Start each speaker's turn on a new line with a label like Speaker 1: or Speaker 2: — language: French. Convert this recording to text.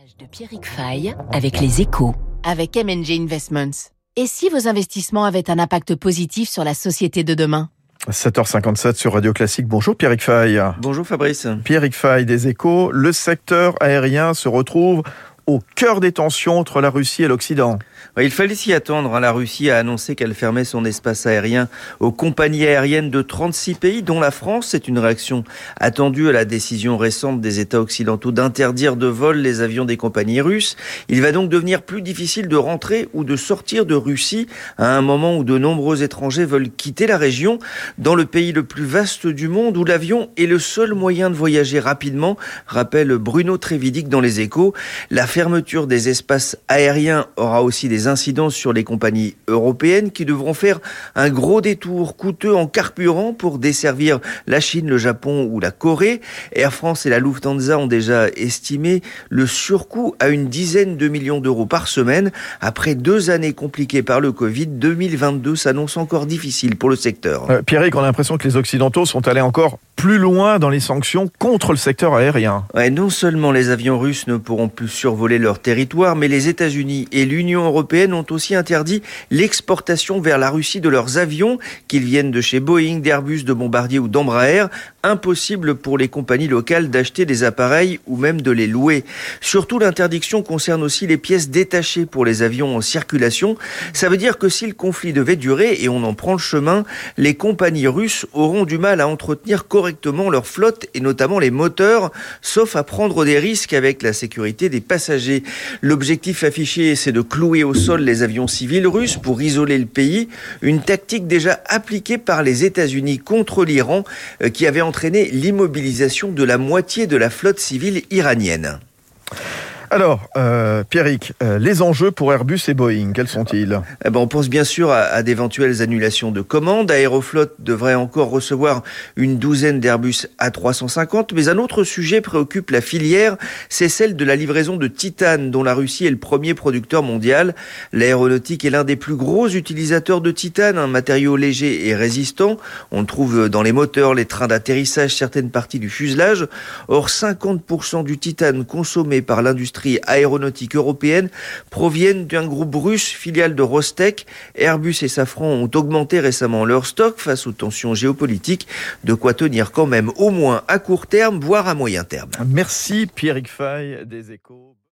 Speaker 1: De Pierrick Fay avec les Échos.
Speaker 2: Avec M&G Investments. Et si vos investissements avaient un impact positif sur la société de demain ?
Speaker 3: 7h57 sur Radio Classique. Bonjour Pierrick Fay.
Speaker 4: Bonjour Fabrice.
Speaker 3: Pierrick Fay des Échos. Le secteur aérien se retrouve au cœur des tensions entre la Russie et l'Occident.
Speaker 4: Il fallait s'y attendre. La Russie a annoncé qu'elle fermait son espace aérien aux compagnies aériennes de 36 pays, dont la France. C'est une réaction attendue à la décision récente des États occidentaux d'interdire de vol les avions des compagnies russes. Il va donc devenir plus difficile de rentrer ou de sortir de Russie à un moment où de nombreux étrangers veulent quitter la région, dans le pays le plus vaste du monde où l'avion est le seul moyen de voyager rapidement, rappelle Bruno Trévidic dans Les Échos. La fermeture des espaces aériens aura aussi des incidences sur les compagnies européennes qui devront faire un gros détour coûteux en carburant pour desservir la Chine, le Japon ou la Corée. Air France et la Lufthansa ont déjà estimé le surcoût à une dizaine de millions d'euros par semaine. Après 2 années compliquées par le Covid, 2022 s'annonce encore difficile pour le secteur.
Speaker 3: Pierrick, on a l'impression que les Occidentaux sont allés encore plus loin dans les sanctions contre le secteur aérien.
Speaker 4: Non seulement les avions russes ne pourront plus survoler leur territoire, mais les États-Unis et l'Union européenne ont aussi interdit l'exportation vers la Russie de leurs avions, qu'ils viennent de chez Boeing, d'Airbus, de Bombardier ou d'Embraer. Impossible pour les compagnies locales d'acheter des appareils ou même de les louer. Surtout, l'interdiction concerne aussi les pièces détachées pour les avions en circulation. Ça veut dire que si le conflit devait durer, et on en prend le chemin, les compagnies russes auront du mal à entretenir correctement leur flotte et notamment les moteurs, sauf à prendre des risques avec la sécurité des passagers. L'objectif affiché, c'est de clouer au sol les avions civils russes pour isoler le pays, une tactique déjà appliquée par les États-Unis contre l'Iran, qui avait entraîné l'immobilisation de la moitié de la flotte civile iranienne.
Speaker 3: Alors, Pierrick, les enjeux pour Airbus et Boeing, quels sont-ils ?
Speaker 4: On pense bien sûr à d'éventuelles annulations de commandes. Aeroflot devrait encore recevoir une douzaine d'Airbus A350, mais un autre sujet préoccupe la filière, c'est celle de la livraison de titane, dont la Russie est le premier producteur mondial. L'aéronautique est l'un des plus gros utilisateurs de titane, un matériau léger et résistant. On le trouve dans les moteurs, les trains d'atterrissage, certaines parties du fuselage. Or, 50% du titane consommé par l'industrie aéronautique européenne proviennent d'un groupe russe, filiale de Rostec. Airbus et Safran ont augmenté récemment leur stock face aux tensions géopolitiques, de quoi tenir quand même au moins à court terme, voire à moyen terme.
Speaker 3: Merci Pierrick Fay des Échos.